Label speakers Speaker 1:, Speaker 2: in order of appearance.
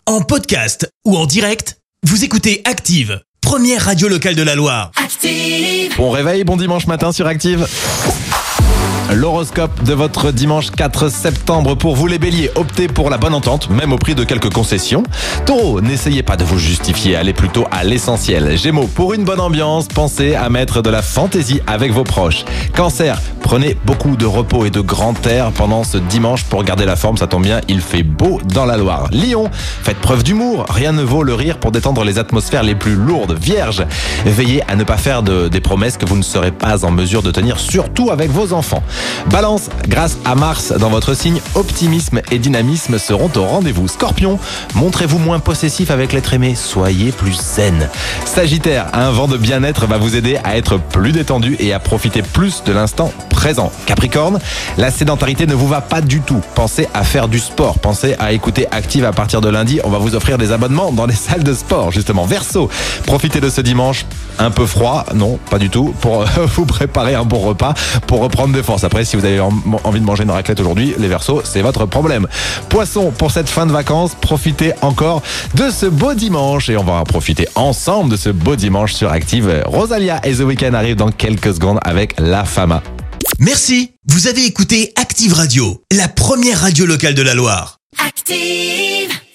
Speaker 1: En podcast ou en direct, vous écoutez Active, première radio locale de la Loire.
Speaker 2: Active.
Speaker 3: Bon réveil, bon dimanche matin sur Active. L'horoscope de votre dimanche 4 septembre. Pour vous les béliers, optez pour la bonne entente, même au prix de quelques concessions. Taureau, n'essayez pas de vous justifier, allez plutôt à l'essentiel. Gémeaux, pour une bonne ambiance, pensez à mettre de la fantaisie avec vos proches. Cancer, prenez beaucoup de repos et de grand air pendant ce dimanche pour garder la forme, ça tombe bien, il fait beau dans la Loire. Lion, faites preuve d'humour, rien ne vaut le rire pour détendre les atmosphères les plus lourdes. Vierge, veillez à ne pas faire des promesses que vous ne serez pas en mesure de tenir, surtout avec vos enfants. Balance, grâce à Mars dans votre signe, optimisme et dynamisme seront au rendez-vous. Scorpion, montrez-vous moins possessif avec l'être aimé, soyez plus zen. Sagittaire, un vent de bien-être va vous aider à être plus détendu et à profiter plus de l'instant présent. Capricorne, la sédentarité ne vous va pas du tout. Pensez à faire du sport, pensez à écouter Active à partir de lundi. On va vous offrir des abonnements dans les salles de sport, justement. Verseau, profitez de ce dimanche un peu froid, non, pas du tout, pour vous préparer un bon repas, pour reprendre des forces. Après, si vous avez envie de manger une raclette aujourd'hui, les Verseaux, c'est votre problème. Poisson, pour cette fin de vacances, profitez encore de ce beau dimanche et on va en profiter ensemble de ce beau dimanche sur Active. Rosalia et The Weeknd arrivent dans quelques secondes avec La Fama.
Speaker 1: Merci, vous avez écouté Active Radio, la première radio locale de la Loire.
Speaker 2: Active.